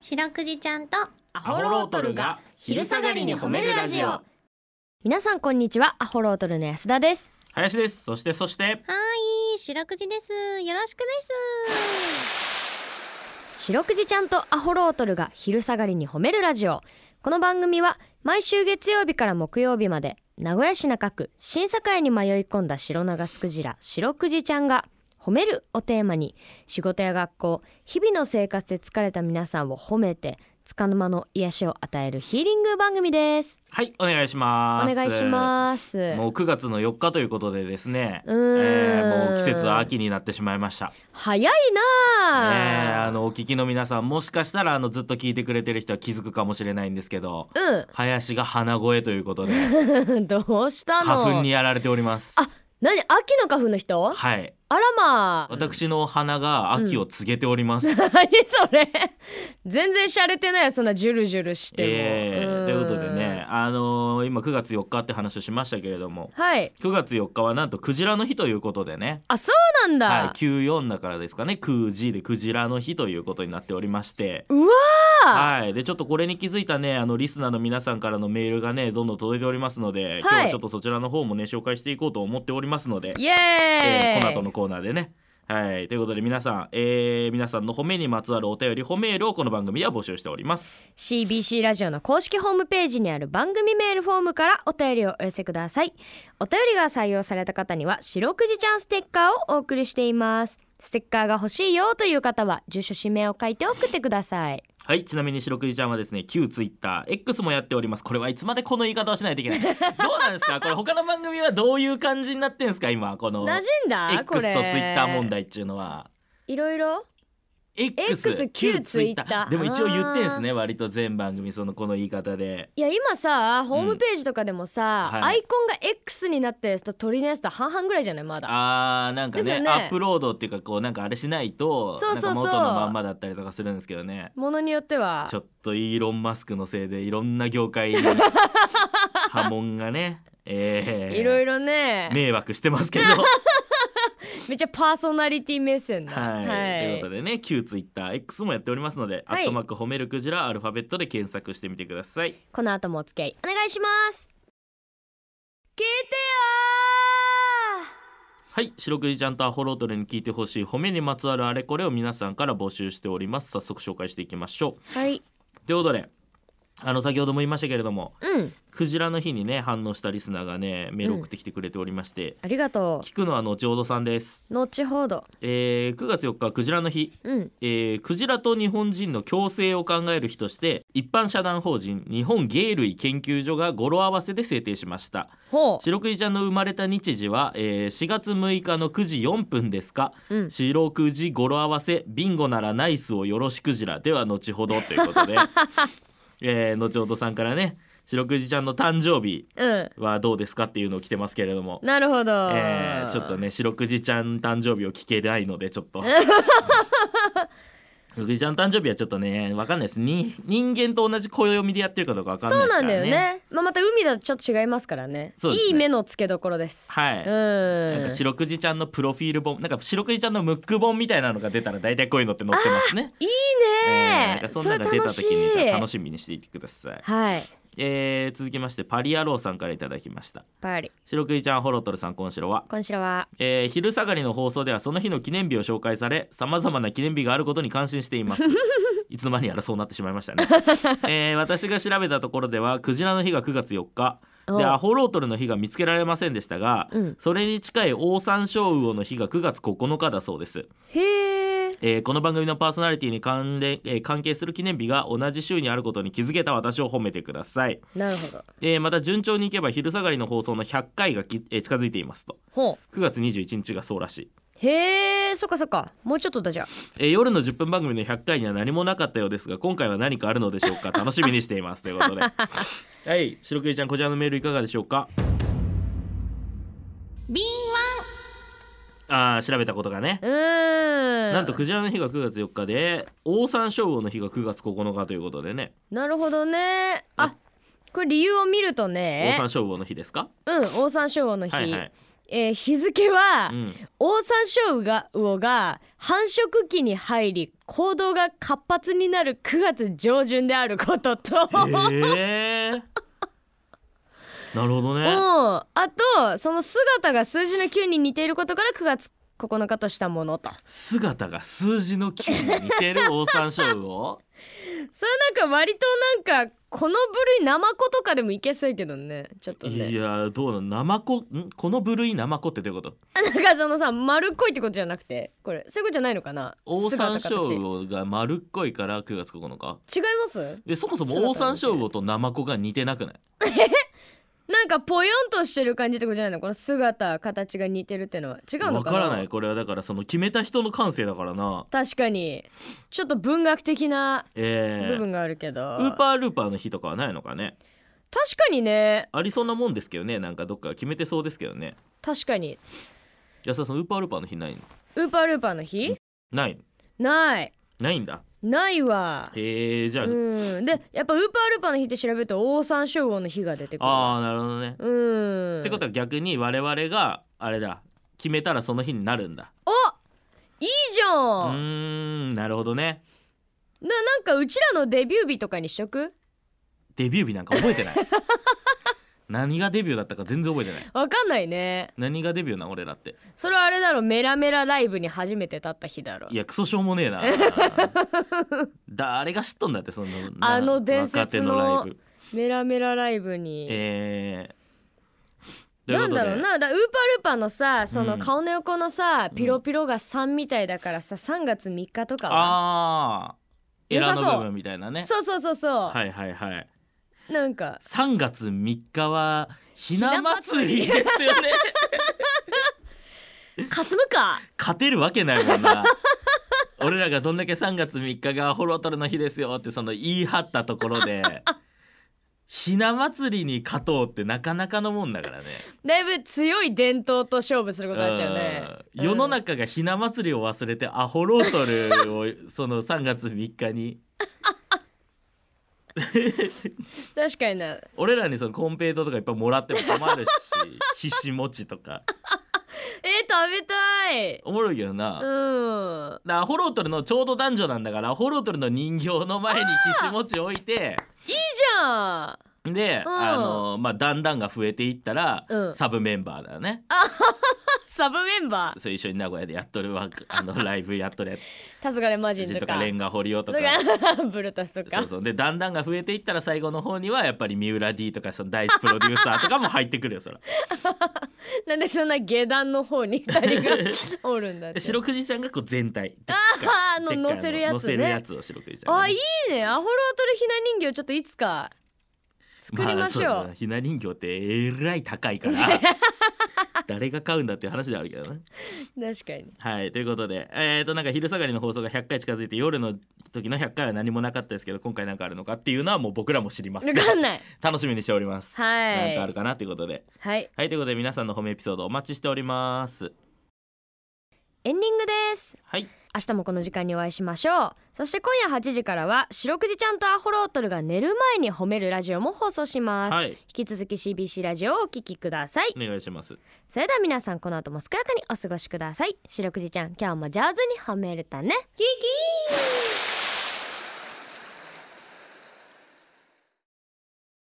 白くじちゃんとアホロートルが昼下がりに褒めるラジオ。 皆さんこんにちは。アホロートルの安田です。 林です。そしてはい、白くじです。よろしくです。 白くじちゃんとアホロートルが昼下がりに褒めるラジオ。この番組は毎週月曜日から木曜日まで名古屋市中区新栄に迷い込んだ白長スクジラ白くじちゃんが褒めるをテーマに、仕事や学校、日々の生活で疲れた皆さんを褒めて束の間の癒しを与えるヒーリング番組です。 はい、お願いします。 お願いします。 もう9月の4日ということでですね、もう季節は秋になってしまいました。 早いなお聞きの皆さん、もしかしたらずっと聞いてくれてる人は気づくかもしれないんですけど、林が鼻声ということでどうしたの？ 花粉にやられております。 あ、何？秋の花粉の人？ はい。 あらまあ、 私の鼻が秋を告げております。 何それ全然洒落てないよ、そんなジュルジュルしても。 ということでね、今9月4日って話をしましたけれども、 はい、 9月4日はなんとクジラの日ということでね。 あ、そうなんだ。 はい、94だからですかね。9時でクジラの日ということになっておりまして、 うわー、 はい、でちょっとこれに気づいたね、リスナーの皆さんからのメールがねどんどん届いておりますので、今日はちょっとそちらの方もね紹介していこうと思っておりますので、 イエーイ、 この後のコーナーでね。はい、ということで皆さん、皆さんの褒めにまつわるお便り、褒めールをこの番組では募集しております。 CBC ラジオの公式ホームページにある番組メールフォームからお便りをお寄せください。お便りが採用された方には白くじちゃんステッカーをお送りしています。ステッカーが欲しいよという方は住所氏名を書いて送ってください。 はい、ちなみに白くじちゃんはですね、旧ツイッター X もやっております。これはいつまでこの言い方をしないといけないどうなんですかこれ、他の番組はどういう感じになってんですか？今この馴染んだ X とこれツイッター問題っていうのは。 いろいろ X 旧ツイッターでも一応言ってんすね、割と全番組この言い方で。 いや今さ、ホームページとかでもさ、 はい、 アイコンが X になったやつと鳥のやつと半々ぐらいじゃない？まだなんか ねアップロードっていうか、こうなんかあれしないとなんか元のまんまだったりとかするんですけどね。 ものによってはちょっとイーロンマスクのせいでいろんな業界に波紋がね、 いろいろね迷惑してますけどめっちゃパーソナリティ目線だ。 はい、ということでね、旧ツイッター X もやっておりますので、 はい、 @褒めるクジラアルファベットで検索してみてください。 この後もお付き合いお願いします。聞いてよー。はい、白くじちゃんとアホロートルに聞いてほしい褒めにまつわるあれこれを皆さんから募集しております。早速紹介していきましょう。 はい、 ということで先ほども言いましたけれども、クジラの日にね反応したリスナーがねメール送ってきてくれておりまして、 ありがとう。 聞くのは後ほどさんです。 後ほど、 9月4日クジラの日、クジラと日本人の共生を考える日として一般社団法人日本鯨類研究所が語呂合わせで制定しました。白くじちゃんの生まれた日時は、4月6日の9時4分ですか、白くじ語呂合わせビンゴならナイスをよろしくじらでは後ほどということで後ほどさんからね白くじちゃんの誕生日はどうですかっていうのを来てますけれども、 なるほど、 ちょっとね白くじちゃん誕生日を聞けないのでちょっと白くじちゃん誕生日はちょっとね分かんないです。人間と同じ暦でやってるかどうか分かんないですからね。 そうなんだよね、また海だとちょっと違いますからね。いい目の付けどころです。 はい、なんか白くじちゃんのプロフィール本、なんか白くじちゃんのムック本みたいなのが出たら大体こういうのって載ってますね。 いいね、 なんかそんなのが出た時にじゃあ楽しみにしていてください。 はい、 続きましてパリアローさんからいただきました。 パリ、 白くじちゃんホロトルさん、こんしろは。 こんしろは。 昼下がりの放送ではその日の記念日を紹介され、さまざまな記念日があることに感心していますいつの間にやらそうなってしまいましたね私が調べたところではクジラの日が9月4日でアホロートルの日が見つけられませんでしたが、それに近いオオサンショウウオの日が9月9日だそうです。 へー。 この番組のパーソナリティに関係する記念日が同じ週にあることに気づけた私を褒めてください。 なるほど。 また順調にいけば昼下がりの放送の100回が近づいていますと。9月21日がそうらしい。 へー、そっかそっか、もうちょっとだじゃあ。 夜の10分番組の100回には何もなかったようですが、今回は何かあるのでしょうか。楽しみにしていますということではい、白くじちゃん、こちらのメールいかがでしょうか。 敏調べたことがね、なんとクジラの日が9月4日でオオサンショウウオの日が9月9日ということでね。 なるほどね。これ理由を見るとね、 オオサンショウウオの日ですか。 オオサンショウウオの日、 日付は、 うん、 オオサンショウウオが繁殖期に入り行動が活発になる9月上旬であることとなるほどね。 あとその姿が数字の9に似ていることから9月9日としたものと。 姿が数字の9に似てるオオサンショウウオそれなんか割となんかこの部類ナマコとかでもいけそうやけどね。ちょっとね。 いやどうなの、ナマコこの部類ナマコってどういうこと？ なんかそのさ丸っこいってことじゃなくてこれそういうことじゃないのかな。 オオサンショウウオが丸っこいから9月9日違います？ そもそもオオサンショウウオとナマコが似てなくない？ なんかポヨンとしてる感じってことじゃないの？この姿形が似てるってのは違うのかな。 わからない。これはだからその決めた人の感性だからな。 確かにちょっと文学的な部分があるけど、 ウーパールーパーの日とかはないのかね。 確かにね。 ありそうなもんですけどね。なんかどっか決めてそうですけどね。 確かに。 安田さんウーパールーパーの日ないの？ ウーパールーパーの日ないんだ。 ないわ。 じゃあでやっぱウーパールーパーの日って調べるとオオサンショウウオの日が出てくる。 なるほどね。ってことは逆に我々があれだ決めたらその日になるんだ。 おいいじゃん。 なるほどね。 なんかうちらのデビュー日とかにしとく？ デビュー日なんか覚えてない何がデビューだったか全然覚えてない。 わかんないね。 何がデビューな俺らって。 それはあれだろ、メラメラライブに初めて立った日だろ。 いやクソしょうもねえな誰が知っとんだってその伝説のメラメラライブになんだろうな。ウーパールーパーのさその顔の横のさ、ピロピロが3みたいだからさ3月3日とかはエラの部分みたいなね。 そうはいなんか 3月3日はひな祭りですよねかすむか勝てるわけないもんな俺らがどんだけ3月3日がホロトルの日ですよってその言い張ったところでひな祭りに勝とうってなかなかのもんだからね。 だいぶ強い伝統と勝負することになっちゃうね。 世の中がひな祭りを忘れてアホロートルをその3月3日に確かにな。 俺らにそのコンペイトとかいっぱいもらっても困るしひし餅とか食べたい。 おもろいけどな。アホロートルのちょうど男女なんだからアホロートルの人形の前にひし餅置いていいじゃん。 で、だんだんが増えていったら、サブメンバーだよね。 サブメンバー。 そう一緒に名古屋でやっとるライブやっとるやつ。 黄昏マジンとかレンガ堀尾とかブルタスとか。 そうでだんだんが増えていったら最後の方にはやっぱり三浦 D とかその第一プロデューサーとかも入ってくるよそら。 なんでそんな下段の方に2人がおるんだって。 白くじちゃんがこう全体乗せるやつね。 乗せるやつを白くじちゃんが、 いいね。アホロートルひな人形ちょっといつか作りましょう。 ひな人形ってえらい高いから誰が買うんだっていう話であるけどね。 確かに。 はいということでなんか昼下がりの放送が100回近づいて夜の時の100回は何もなかったですけど今回なんかあるのかっていうのはもう僕らも知ります。 分かんない。 楽しみにしております。なんかあるかなということではい、ということで皆さんの褒めエピソードお待ちしております。 エンディングです。 はい明日もこの時間にお会いしましょう。そして今夜8時からは白くじちゃんとアホロートルが寝る前に褒めるラジオも放送します、引き続き CBC ラジオをお聞きください。 お願いします。 それでは皆さんこの後も健やかにお過ごしください。白くじちゃん今日も上手に褒めるたね。キキー